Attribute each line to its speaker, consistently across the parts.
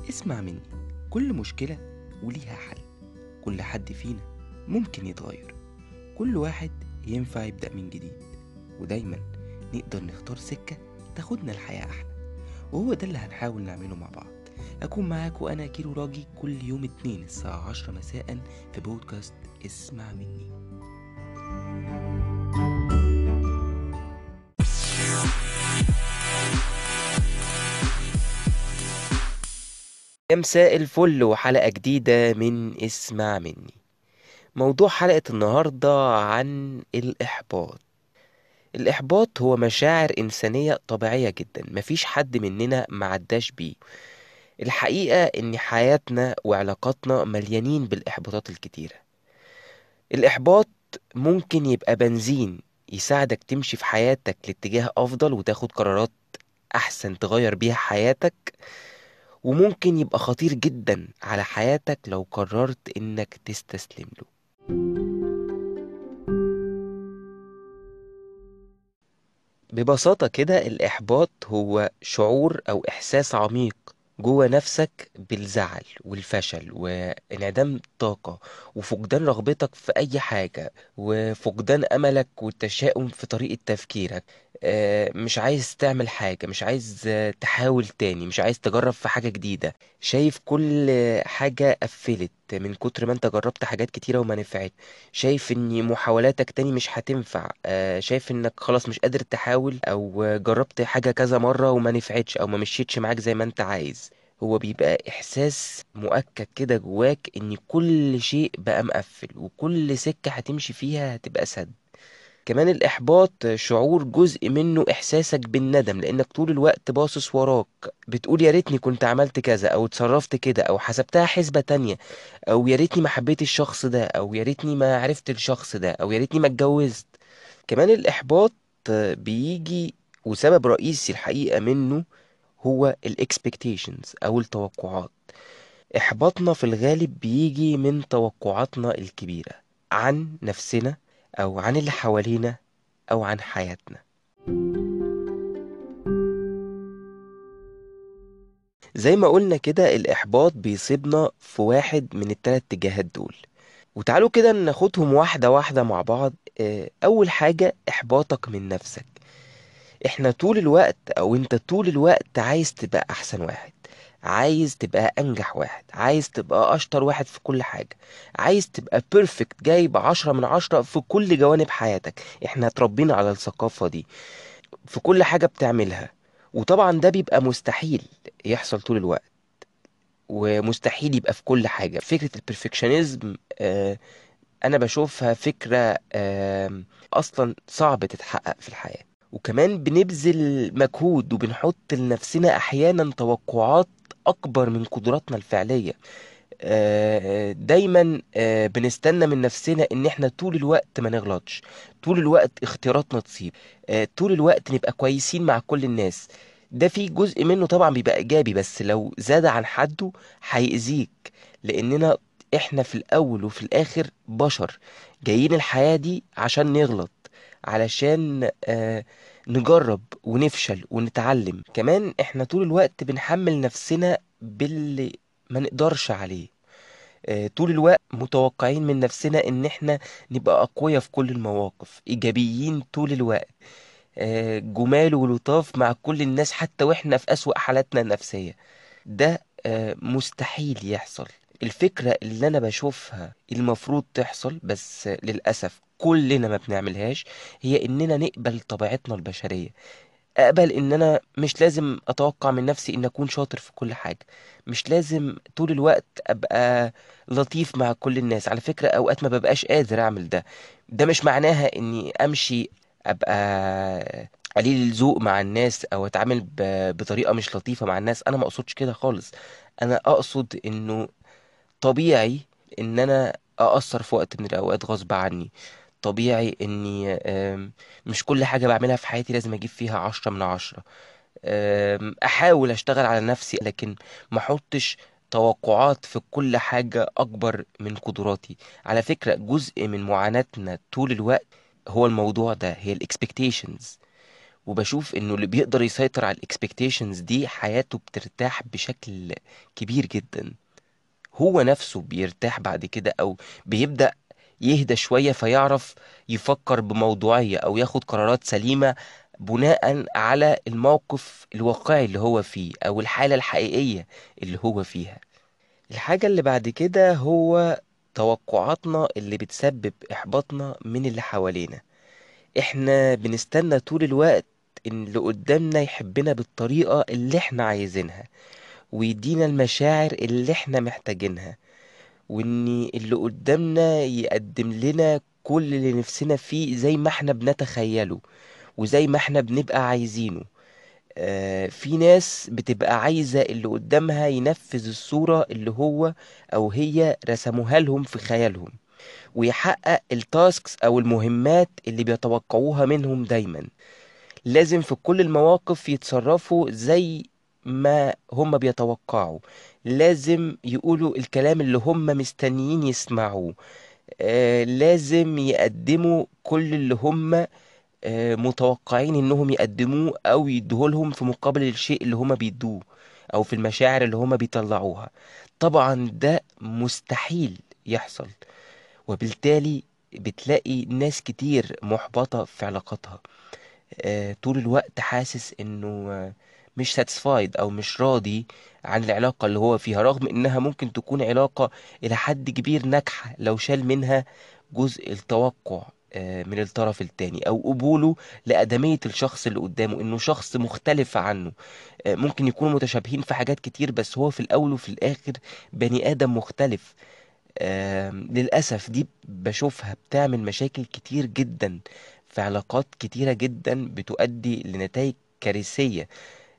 Speaker 1: اسمع مني. كل مشكلة وليها حل. كل حد فينا ممكن يتغير. كل واحد ينفع يبدأ من جديد، ودايما نقدر نختار سكة تاخدنا الحياة أحلى. وهو ده اللي هنحاول نعمله مع بعض. أكون معاك وأنا كيرو راجي كل يوم اتنين الساعة 10 مساء في بودكاست اسمع مني. يا مساء الفل وحلقة جديدة من اسمع مني. موضوع حلقة النهاردة عن الإحباط هو مشاعر إنسانية طبيعية جدا، مفيش حد مننا معداش بيه. الحقيقة إن حياتنا وعلاقاتنا مليانين بالإحباطات الكتيرة. الإحباط ممكن يبقى بنزين يساعدك تمشي في حياتك لاتجاه أفضل وتاخد قرارات أحسن تغير بيها حياتك، وممكن يبقى خطير جدا على حياتك لو قررت إنك تستسلم له. ببساطة كده الإحباط هو شعور أو إحساس عميق جوه نفسك بالزعل والفشل وانعدام الطاقة وفقدان رغبتك في أي حاجة وفقدان أملك والتشاؤم في طريقة تفكيرك. مش عايز تعمل حاجة، مش عايز تحاول تاني، مش عايز تجرب في حاجة جديدة. شايف كل حاجة قفلت من كتر ما انت جربت حاجات كتيرة وما نفعت. شايف ان محاولاتك تاني مش هتنفع. شايف انك خلاص مش قادر تحاول، او جربت حاجة كذا مرة وما نفعتش او ما مشيتش معاك زي ما انت عايز. هو بيبقى احساس مؤكد كده جواك ان كل شيء بقى مقفل وكل سكة هتمشي فيها هتبقى سد. كمان الإحباط شعور جزء منه إحساسك بالندم، لأنك طول الوقت باصص وراك بتقول يا ريتني كنت عملت كذا أو اتصرفت كده أو حسبتها حسبة تانية، أو يا ريتني ما حبيت الشخص ده، أو يا ريتني ما عرفت الشخص ده، أو يا ريتني ما اتجوزت. كمان الإحباط بيجي وسبب رئيسي الحقيقة منه هو الاكسبكتيشنز أو التوقعات. إحباطنا في الغالب بيجي من توقعاتنا الكبيرة عن نفسنا أو عن اللي حوالينا أو عن حياتنا. زي ما قلنا كده الإحباط بيصيبنا في واحد من التلات اتجاهات دول، وتعالوا كده ناخدهم واحدة واحدة مع بعض. أول حاجة إحباطك من نفسك. احنا طول الوقت او انت طول الوقت عايز تبقى احسن واحد، عايز تبقى انجح واحد، عايز تبقى اشطر واحد في كل حاجة، عايز تبقى بيرفكت جايب 10 من 10 في كل جوانب حياتك. احنا اتربينا على الثقافة دي في كل حاجة بتعملها، وطبعا ده بيبقى مستحيل يحصل طول الوقت، ومستحيل يبقى في كل حاجة. فكرة البرفكشنزم انا بشوفها فكرة اصلا صعب تتحقق في الحياة. وكمان بنبذل مجهود وبنحط لنفسنا احيانا توقعات اكبر من قدراتنا الفعلية. دايما بنستنى من نفسنا ان احنا طول الوقت ما نغلطش، طول الوقت اختياراتنا تصيب، طول الوقت نبقى كويسين مع كل الناس. ده في جزء منه طبعا بيبقى ايجابي، بس لو زاد عن حده هيأذيك، لاننا احنا في الاول وفي الاخر بشر جايين الحياة دي عشان نغلط، علشان نجرب ونفشل ونتعلم. كمان احنا طول الوقت بنحمل نفسنا باللي ما نقدرش عليه. طول الوقت متوقعين من نفسنا ان احنا نبقى اقوياء في كل المواقف، ايجابيين طول الوقت، جمال ولطاف مع كل الناس حتى واحنا في اسوأ حالاتنا النفسية. ده مستحيل يحصل. الفكرة اللي انا بشوفها المفروض تحصل بس للأسف كلنا ما بنعملهاش، هي اننا نقبل طبيعتنا البشرية. اقبل ان انا مش لازم اتوقع من نفسي ان اكون شاطر في كل حاجة، مش لازم طول الوقت ابقى لطيف مع كل الناس. على فكرة اوقات ما ببقاش قادر اعمل ده. ده مش معناها اني امشي ابقى قليل الذوق مع الناس او اتعامل بطريقة مش لطيفة مع الناس. انا ما اقصدش كده خالص. انا اقصد انه طبيعي ان انا اقصر في وقت من الاوقات غصب عني. طبيعي اني مش كل حاجة بعملها في حياتي لازم اجيب فيها 10 من 10. احاول اشتغل على نفسي لكن ما احطش توقعات في كل حاجة اكبر من قدراتي. على فكرة جزء من معاناتنا طول الوقت هو الموضوع ده، هي الاكسبكتيشنز. وبشوف انه اللي بيقدر يسيطر على الاكسبكتيشنز دي حياته بترتاح بشكل كبير جدا. هو نفسه بيرتاح بعد كده، او بيبدأ يهدى شوية فيعرف يفكر بموضوعية او ياخد قرارات سليمة بناء على الموقف الواقعي اللي هو فيه او الحالة الحقيقية اللي هو فيها. الحاجة اللي بعد كده هو توقعاتنا اللي بتسبب احباطنا من اللي حوالينا. احنا بنستنى طول الوقت ان اللي قدامنا يحبنا بالطريقة اللي احنا عايزينها، ويدينا المشاعر اللي احنا محتاجينها، وان اللي قدامنا يقدم لنا كل اللي نفسنا فيه زي ما احنا بنتخيله وزي ما احنا بنبقى عايزينه. في ناس بتبقى عايزة اللي قدامها ينفذ الصورة اللي هو او هي رسموها لهم في خيالهم، ويحقق التاسكس او المهمات اللي بيتوقعوها منهم دايما. لازم في كل المواقف يتصرفوا زي ما هم بيتوقعوا، لازم يقولوا الكلام اللي هم مستنيين يسمعوه، لازم يقدموا كل اللي هم متوقعين انهم يقدموه او يدوه في مقابل الشيء اللي هم بيدوه او في المشاعر اللي هم بيطلعوها. طبعا ده مستحيل يحصل، وبالتالي بتلاقي ناس كتير محبطة في علاقاتها، طول الوقت حاسس انه مش ساتسفايد او مش راضي عن العلاقة اللي هو فيها، رغم انها ممكن تكون علاقة الى حد كبير ناجحة لو شال منها جزء التوقع من الطرف التاني، او قبوله لأدمية الشخص اللي قدامه، انه شخص مختلف عنه. ممكن يكونوا متشابهين في حاجات كتير، بس هو في الاول وفي الاخر بني ادم مختلف. للأسف دي بشوفها بتعمل مشاكل كتير جدا في علاقات كتيرة جدا، بتؤدي لنتائج كارثية.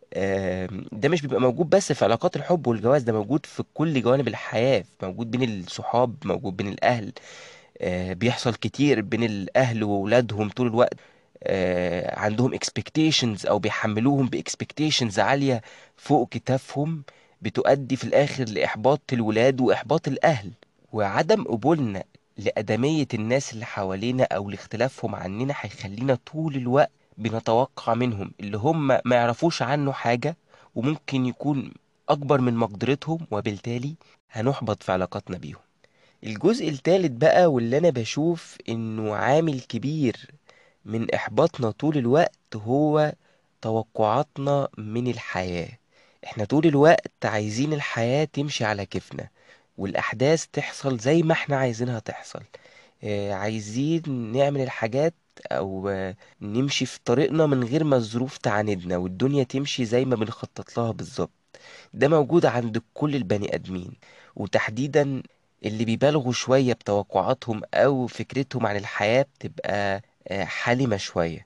Speaker 1: ده مش بيبقى موجود بس في علاقات الحب والجواز، ده موجود في كل جوانب الحياة، موجود بين الصحاب، موجود بين الأهل. بيحصل كتير بين الأهل وولادهم طول الوقت. عندهم expectations أو بيحملوهم ب expectations عالية فوق كتافهم، بتؤدي في الآخر لإحباط الولاد وإحباط الأهل. وعدم قبولنا لأدمية الناس اللي حوالينا أو لاختلافهم عننا هيخلينا طول الوقت بنتوقع منهم اللي هم ما يعرفوش عنه حاجة، وممكن يكون أكبر من مقدرتهم، وبالتالي هنحبط في علاقاتنا بيهم. الجزء التالت بقى، واللي أنا بشوف إنه عامل كبير من إحباطنا طول الوقت، هو توقعاتنا من الحياة. احنا طول الوقت عايزين الحياة تمشي على كيفنا، والأحداث تحصل زي ما احنا عايزينها تحصل. عايزين نعمل الحاجات أو نمشي في طريقنا من غير ما الظروف تعاندنا، والدنيا تمشي زي ما بنخطط لها بالظبط. ده موجود عند كل البني آدمين، وتحديدا اللي بيبالغوا شوية بتوقعاتهم أو فكرتهم عن الحياة بتبقى حالمة شوية.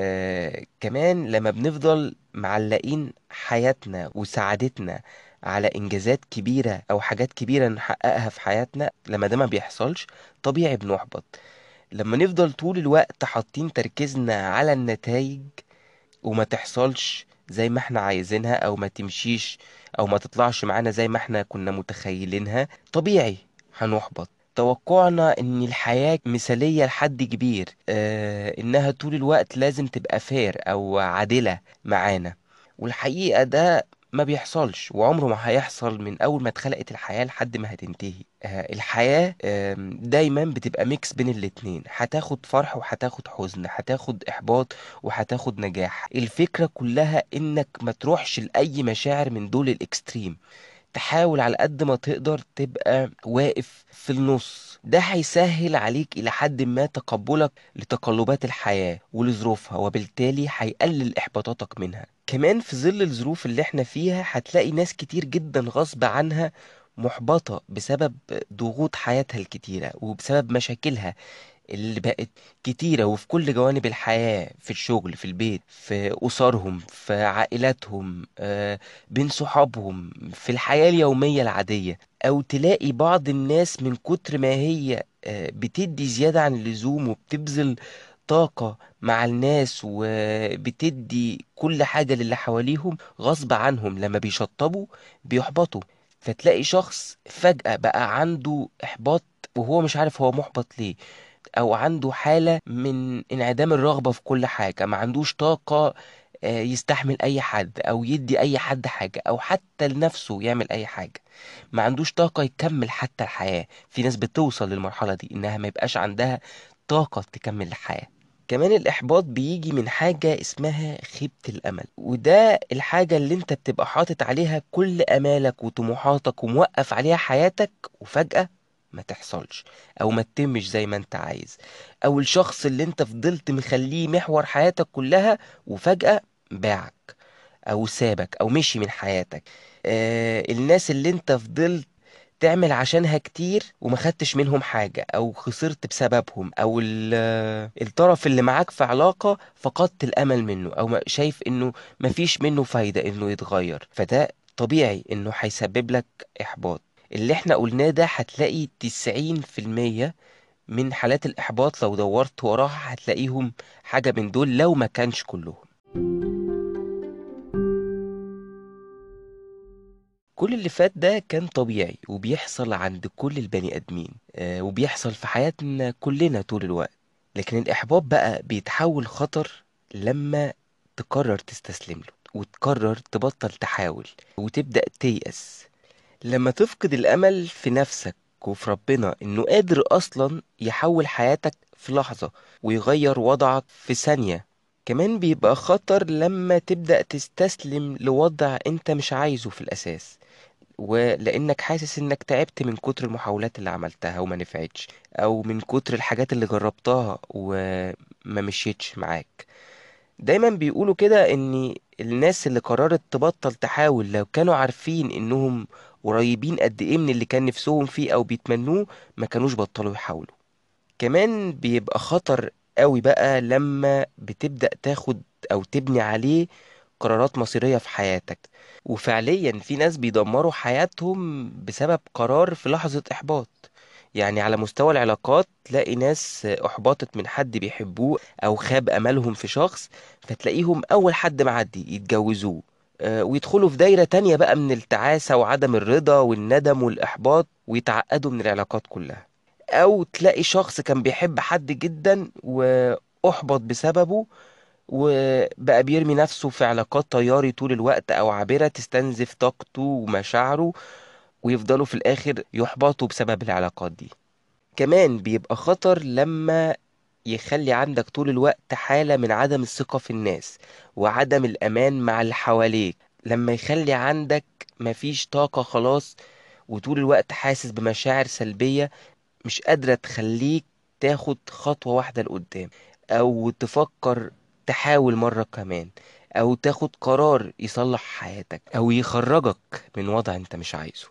Speaker 1: كمان لما بنفضل معلقين حياتنا وسعادتنا على إنجازات كبيرة أو حاجات كبيرة نحققها في حياتنا، لما ده ما بيحصلش طبيعي بنحبط. لما نفضل طول الوقت حاطين تركيزنا على النتائج وما تحصلش زي ما احنا عايزينها، او ما تمشيش او ما تطلعش معانا زي ما احنا كنا متخيلينها، طبيعي هنحبط. توقعنا ان الحياة مثالية لحد كبير، انها طول الوقت لازم تبقى فير او عادلة معانا، والحقيقة ده ما بيحصلش وعمره ما هيحصل من اول ما اتخلقت الحياة لحد ما هتنتهي. الحياة دايما بتبقى ميكس بين الاتنين، هتاخد فرح وهتاخد حزن، هتاخد احباط وهتاخد نجاح. الفكرة كلها انك ما تروحش لأي مشاعر من دول الاكستريم، تحاول على قد ما تقدر تبقى واقف في النص. ده هيسهل عليك إلى حد ما تقبلك لتقلبات الحياة ولظروفها، وبالتالي هيقلل إحباطاتك منها. كمان في ظل الظروف اللي احنا فيها هتلاقي ناس كتير جدا غصب عنها محبطة بسبب ضغوط حياتها الكتيرة وبسبب مشاكلها اللي بقت كتيرة، وفي كل جوانب الحياة، في الشغل، في البيت، في أسرهم، في عائلاتهم، بين صحابهم، في الحياة اليومية العادية. أو تلاقي بعض الناس من كتر ما هي بتدي زيادة عن اللزوم وبتبذل طاقة مع الناس وبتدي كل حاجة للي حواليهم، غصب عنهم لما بيشطبوا بيحبطوا. فتلاقي شخص فجأة بقى عنده إحباط وهو مش عارف هو محبط ليه، او عنده حالة من انعدام الرغبة في كل حاجة، ما عندوش طاقة يستحمل اي حد او يدي اي حد حاجة او حتى لنفسه يعمل اي حاجة. ما عندوش طاقة يكمل حتى الحياة. في ناس بتوصل للمرحلة دي انها ما يبقاش عندها طاقة تكمل الحياة. كمان الإحباط بيجي من حاجة اسمها خيبة الأمل، وده الحاجة اللي انت بتبقى حاطط عليها كل أمالك وطموحاتك وموقف عليها حياتك، وفجأة ما تحصلش أو ما تتمش زي ما انت عايز. أو الشخص اللي انت فضلت مخليه محور حياتك كلها وفجأة باعك أو سابك أو مشي من حياتك. الناس اللي انت فضلت تعمل عشانها كتير وما خدتش منهم حاجة او خسرت بسببهم، او الطرف اللي معاك في علاقة فقدت الامل منه او شايف انه مفيش منه فايدة انه يتغير، فده طبيعي انه هيسبب لك احباط. اللي احنا قلناه ده هتلاقي 90% من حالات الاحباط لو دورت وراها هتلاقيهم حاجة من دول لو ما كانش كلهم. كل اللي فات ده كان طبيعي وبيحصل عند كل البني آدمين، وبيحصل في حياتنا كلنا طول الوقت. لكن الإحباط بقى بيتحول خطر لما تقرر تستسلم له وتقرر تبطل تحاول وتبدأ تيأس. لما تفقد الأمل في نفسك وفي ربنا إنه قادر أصلا يحول حياتك في لحظة ويغير وضعك في ثانية. كمان بيبقى خطر لما تبدأ تستسلم لوضع انت مش عايزه في الأساس، ولانك حاسس انك تعبت من كتر المحاولات اللي عملتها وما نفعتش، او من كتر الحاجات اللي جربتها وما مشيتش معاك. دايما بيقولوا كده ان الناس اللي قررت تبطل تحاول لو كانوا عارفين انهم قريبين قد ايه من اللي كان نفسهم فيه او بيتمنوه ما كانوش بطلوا يحاولوا. كمان بيبقى خطر قوي بقى لما بتبدأ تاخد او تبني عليه قرارات مصيرية في حياتك. وفعليا في ناس بيدمروا حياتهم بسبب قرار في لحظة إحباط. يعني على مستوى العلاقات تلاقي ناس أحبطت من حد بيحبوه أو خاب أملهم في شخص، فتلاقيهم أول حد معدي يتجوزوه، ويدخلوا في دايرة تانية بقى من التعاسة وعدم الرضا والندم والإحباط ويتعقدوا من العلاقات كلها. أو تلاقي شخص كان بيحب حد جدا وأحبط بسببه وبقى بيرمي نفسه في علاقات طياري طول الوقت أو عابرة تستنزف طاقته ومشاعره، ويفضلوا في الآخر يحبطوا بسبب العلاقات دي. كمان بيبقى خطر لما يخلي عندك طول الوقت حالة من عدم الثقة في الناس وعدم الأمان مع اللي حواليك. لما يخلي عندك مفيش طاقة خلاص وطول الوقت حاسس بمشاعر سلبية مش قادرة تخليك تاخد خطوة واحدة لقدام، أو تفكر تحاول مرة كمان، أو تاخد قرار يصلح حياتك أو يخرجك من وضع أنت مش عايزه.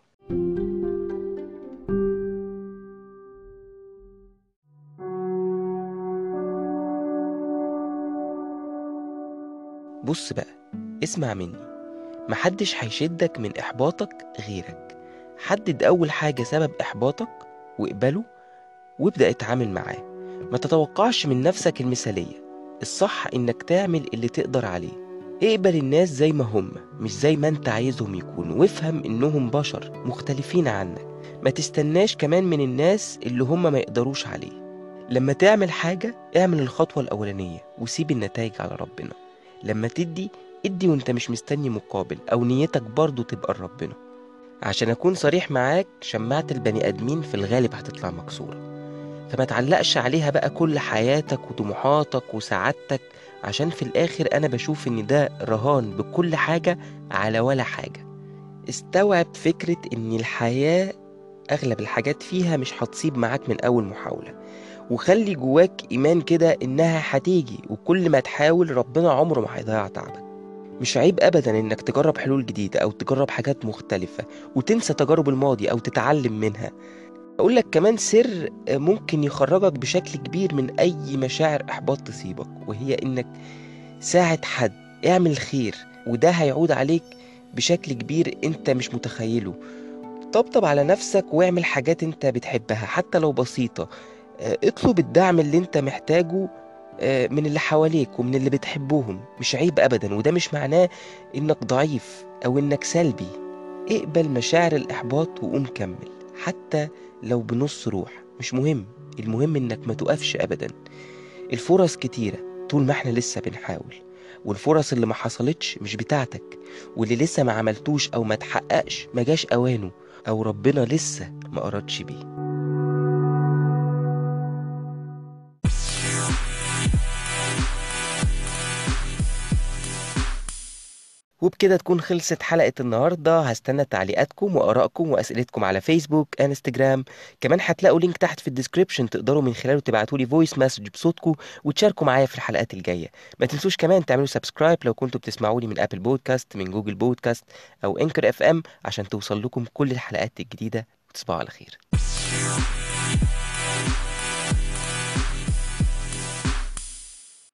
Speaker 1: بص بقى، اسمع مني، محدش هيشدك من إحباطك غيرك. حدد أول حاجة سبب إحباطك واقبله وابدأ اتعامل معاه. ما تتوقعش من نفسك المثالية، الصح إنك تعمل اللي تقدر عليه. اقبل الناس زي ما هم مش زي ما انت عايزهم يكونوا، وافهم انهم بشر مختلفين عنك. ما تستناش كمان من الناس اللي هم ما يقدروش عليه. لما تعمل حاجة اعمل الخطوة الأولانية وسيب النتائج على ربنا. لما تدي ادي وانت مش مستني مقابل او نيتك برضو تبقى لربنا. عشان اكون صريح معاك، شماعة البني ادمين في الغالب هتطلع مكسورة، فما تعلقش عليها بقى كل حياتك وطموحاتك وسعادتك، عشان في الآخر أنا بشوف إن ده رهان بكل حاجة على ولا حاجة. استوعب فكرة إن الحياة أغلب الحاجات فيها مش هتصيب معاك من أول محاولة، وخلي جواك إيمان كده إنها هتيجي، وكل ما تحاول ربنا عمره ما هيضيع تعبك. مش عيب أبدا إنك تجرب حلول جديدة أو تجرب حاجات مختلفة وتنسى تجارب الماضي أو تتعلم منها. اقول لك كمان سر ممكن يخرجك بشكل كبير من اي مشاعر احباط تصيبك، وهي انك ساعد حد، اعمل خير، وده هيعود عليك بشكل كبير انت مش متخيله. طبطب على نفسك واعمل حاجات انت بتحبها حتى لو بسيطة. اطلب الدعم اللي انت محتاجه من اللي حواليك ومن اللي بتحبوهم. مش عيب ابدا، وده مش معناه انك ضعيف او انك سلبي. اقبل مشاعر الإحباط وقوم كمل، حتى لو بنص روح مش مهم. المهم إنك ما تقفش أبدا. الفرص كتيرة طول ما احنا لسه بنحاول، والفرص اللي ما حصلتش مش بتاعتك، واللي لسه ما عملتوش او ما تحققش ما جاش اوانه، او ربنا لسه ما أردش بيه. وبكده تكون خلصت حلقة النهاردة. هستنى تعليقاتكم وآرائكم وأسئلتكم على فيسبوك انستجرام. كمان هتلاقوا لينك تحت في الديسكريبشن تقدروا من خلاله تبعتولي فويس مسج بصوتكم وتشاركوا معايا في الحلقات الجاية. ما تنسوش كمان تعملوا سبسكرايب لو كنتوا بتسمعوني من أبل بودكاست، من جوجل بودكاست، أو انكر اف ام، عشان توصل لكم كل الحلقات الجديدة. وتصبحوا على خير.